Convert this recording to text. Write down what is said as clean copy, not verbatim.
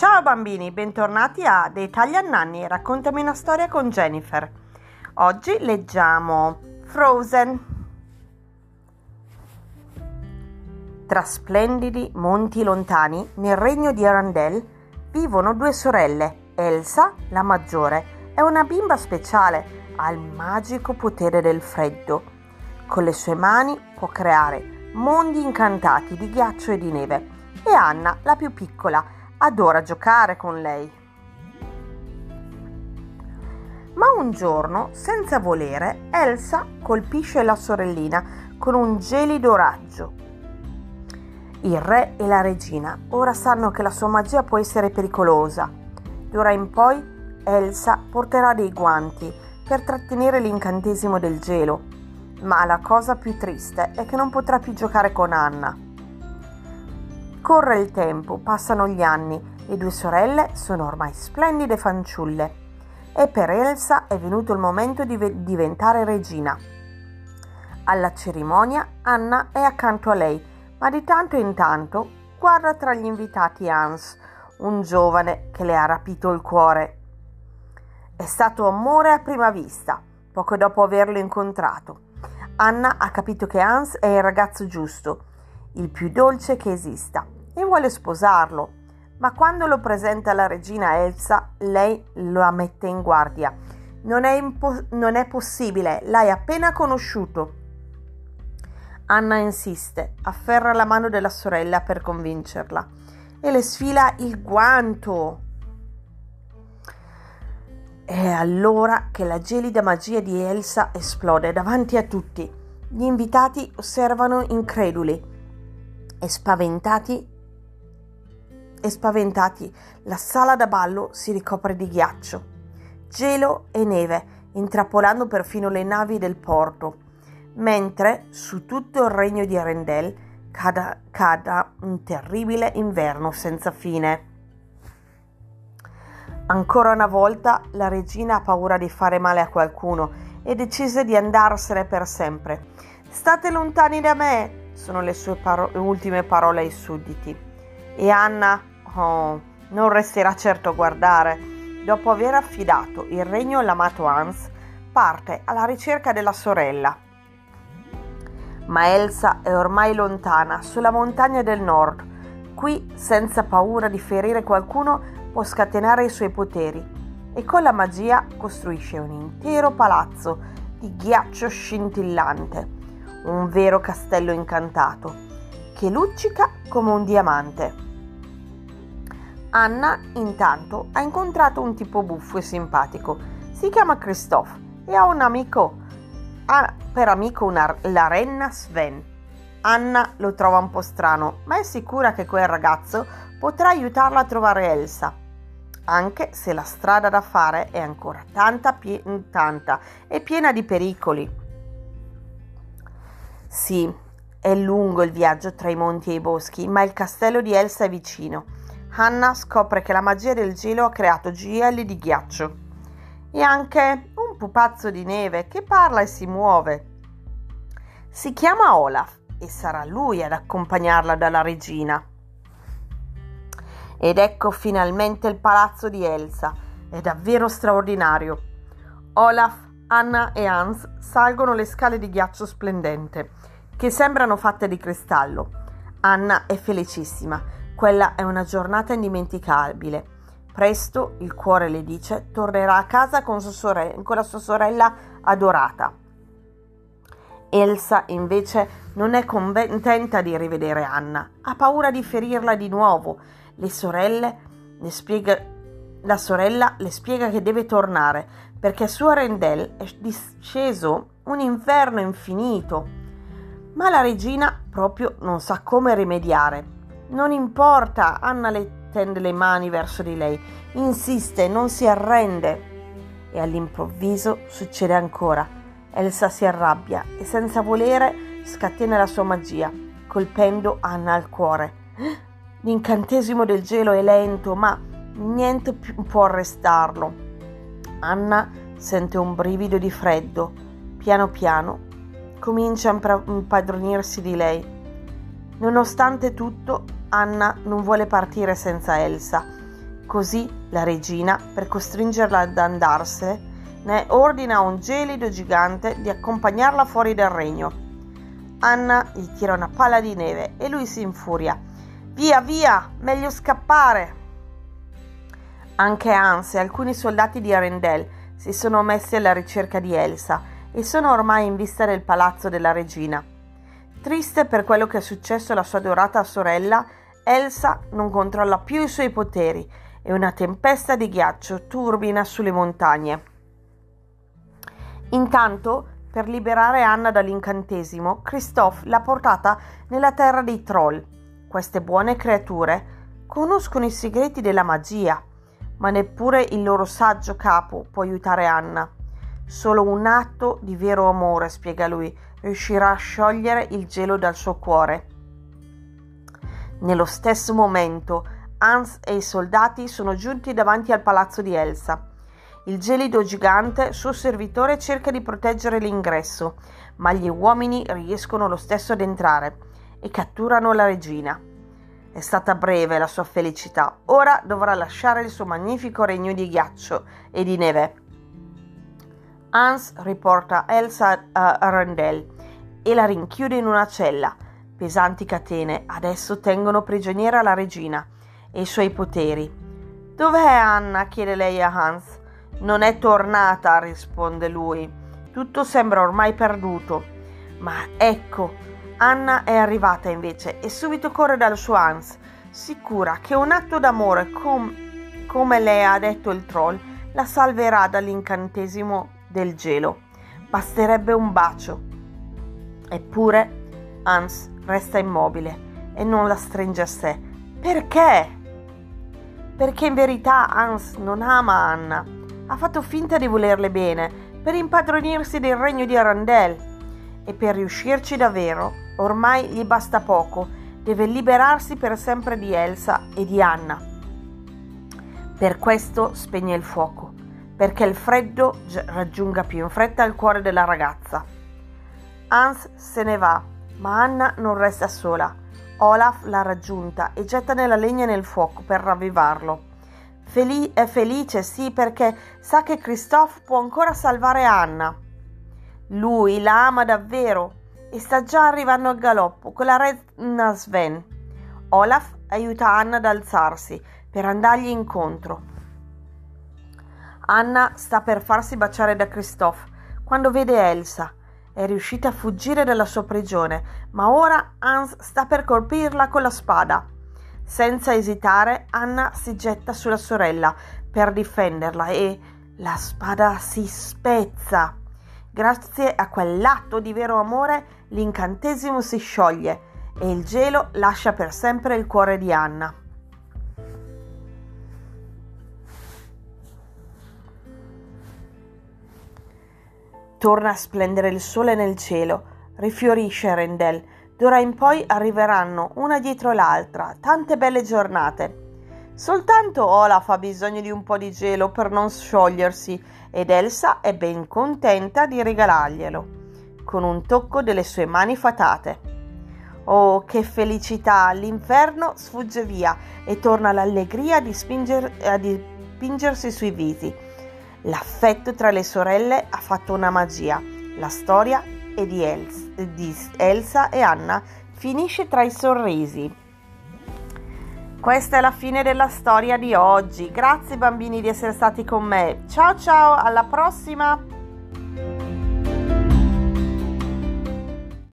Ciao bambini, bentornati a The Italian Nanny, raccontami una storia con Jennifer. Oggi leggiamo Frozen. Tra splendidi monti lontani, nel regno di Arendelle, vivono due sorelle. Elsa, la maggiore, è una bimba speciale, ha il magico potere del freddo. Con le sue mani può creare mondi incantati di ghiaccio e di neve. E Anna, la più piccola, adora giocare con lei. Ma un giorno, senza volere, Elsa colpisce la sorellina con un gelido raggio. Il re e la regina ora sanno che la sua magia può essere pericolosa. D'ora in poi Elsa porterà dei guanti per trattenere l'incantesimo del gelo, ma la cosa più triste è che non potrà più giocare con Anna. Corre il tempo, passano gli anni, le due sorelle sono ormai splendide fanciulle e per Elsa è venuto il momento di diventare regina. Alla cerimonia Anna è accanto a lei, ma di tanto in tanto guarda tra gli invitati Hans, un giovane che le ha rapito il cuore. È stato amore a prima vista, poco dopo averlo incontrato. Anna ha capito che Hans è il ragazzo giusto, il più dolce che esista, e vuole sposarlo. Ma quando lo presenta alla regina Elsa, lei lo mette in guardia. Non è possibile, l'hai appena conosciuto. Anna insiste, afferra la mano della sorella per convincerla e le sfila il guanto. È allora che la gelida magia di Elsa esplode davanti a tutti. Gli invitati osservano increduli e spaventati, la sala da ballo si ricopre di ghiaccio, gelo e neve, intrappolando perfino le navi del porto, mentre su tutto il regno di Arendelle cada un terribile inverno senza fine. Ancora una volta la regina ha paura di fare male a qualcuno e decise di andarsene per sempre. «State lontani da me!» sono le sue ultime parole ai sudditi. E Anna, non resterà certo a guardare. Dopo aver affidato il regno all'amato Hans, parte alla ricerca della sorella. Ma Elsa è ormai lontana, sulla montagna del nord. Qui, senza paura di ferire qualcuno, può scatenare i suoi poteri e con la magia costruisce un intero palazzo di ghiaccio scintillante, un vero castello incantato che luccica come un diamante. Anna intanto ha incontrato un tipo buffo e simpatico, si chiama Christophe e ha per amico la renna Sven. Anna lo trova un po' strano, ma è sicura che quel ragazzo potrà aiutarla a trovare Elsa, anche se la strada da fare è ancora tanta e piena di pericoli. Sì, è lungo il viaggio tra i monti e i boschi, ma il castello di Elsa è vicino. Anna scopre che la magia del gelo ha creato gioielli di ghiaccio e anche un pupazzo di neve che parla e si muove. Si chiama Olaf e sarà lui ad accompagnarla dalla regina. Ed ecco finalmente il palazzo di Elsa. È davvero straordinario. Olaf, Anna e Hans salgono le scale di ghiaccio splendente, che sembrano fatte di cristallo. Anna è felicissima. Quella è una giornata indimenticabile. Presto, il cuore le dice, tornerà a casa con la sua sorella adorata. Elsa, invece, non è contenta di rivedere Anna. Ha paura di ferirla di nuovo. La sorella le spiega che deve tornare perché su Arendelle è disceso un inverno infinito. Ma la regina proprio non sa come rimediare. Non importa, Anna le tende le mani verso di lei, insiste, non si arrende. E all'improvviso succede ancora. Elsa si arrabbia e senza volere scatena la sua magia, colpendo Anna al cuore. L'incantesimo del gelo è lento, ma niente può arrestarlo. Anna sente un brivido di freddo. Piano piano comincia a impadronirsi di lei. Nonostante tutto, Anna non vuole partire senza Elsa, Così la regina, per costringerla ad andarsene, ne ordina a un gelido gigante di accompagnarla fuori dal regno. Anna gli tira una palla di neve e lui si infuria. Via, via, meglio scappare! Anche Hans e alcuni soldati di Arendelle si sono messi alla ricerca di Elsa e sono ormai in vista del palazzo della regina. Triste per quello che è successo alla sua adorata sorella, Elsa non controlla più i suoi poteri e una tempesta di ghiaccio turbina sulle montagne. Intanto, per liberare Anna dall'incantesimo, Christophe l'ha portata nella terra dei troll. Queste buone creature conoscono i segreti della magia, ma neppure il loro saggio capo può aiutare Anna. Solo un atto di vero amore, spiega lui, riuscirà a sciogliere il gelo dal suo cuore. Nello stesso momento, Hans e i soldati sono giunti davanti al palazzo di Elsa. Il gelido gigante, suo servitore, cerca di proteggere l'ingresso, ma gli uomini riescono lo stesso ad entrare e catturano la regina. È stata breve la sua felicità, ora dovrà lasciare il suo magnifico regno di ghiaccio e di neve. Hans riporta Elsa a Arendelle e la rinchiude in una cella. Pesanti catene adesso tengono prigioniera la regina e i suoi poteri. «Dov'è Anna?» chiede lei a Hans. «Non è tornata», risponde lui. «Tutto sembra ormai perduto». Ma ecco, Anna è arrivata invece e subito corre dal suo Hans, sicura che un atto d'amore, come le ha detto il troll, la salverà dall'incantesimo del gelo. Basterebbe un bacio. Eppure Hans resta immobile e non la stringe a sé. Perché? Perché in verità Hans non ama Anna. Ha fatto finta di volerle bene per impadronirsi del regno di Arendelle e per riuscirci davvero ormai gli basta poco, deve liberarsi per sempre di Elsa e di Anna. Per questo spegne il fuoco, perché il freddo raggiunga più in fretta il cuore della ragazza. Hans se ne va, ma Anna non resta sola. Olaf l'ha raggiunta e getta nella legna nel fuoco per ravvivarlo. È felice, sì, perché sa che Christophe può ancora salvare Anna. Lui la ama davvero e sta già arrivando al galoppo con la regina Sven. Olaf aiuta Anna ad alzarsi per andargli incontro. Anna sta per farsi baciare da Christophe quando vede Elsa. È riuscita a fuggire dalla sua prigione, ma ora Hans sta per colpirla con la spada. Senza esitare, Anna si getta sulla sorella per difenderla e la spada si spezza. Grazie a quell'atto di vero amore, l'incantesimo si scioglie e il gelo lascia per sempre il cuore di Anna. Torna a splendere il sole nel cielo, rifiorisce Arendelle. D'ora in poi arriveranno una dietro l'altra tante belle giornate. Soltanto Olaf ha bisogno di un po' di gelo per non sciogliersi ed Elsa è ben contenta di regalarglielo, con un tocco delle sue mani fatate. Oh, che felicità! L'inferno sfugge via e torna l'allegria di spingersi sui visi. L'affetto tra le sorelle ha fatto una magia. La storia di Elsa e Anna finisce tra i sorrisi. Questa è la fine della storia di oggi. Grazie bambini di essere stati con me. Ciao ciao, alla prossima!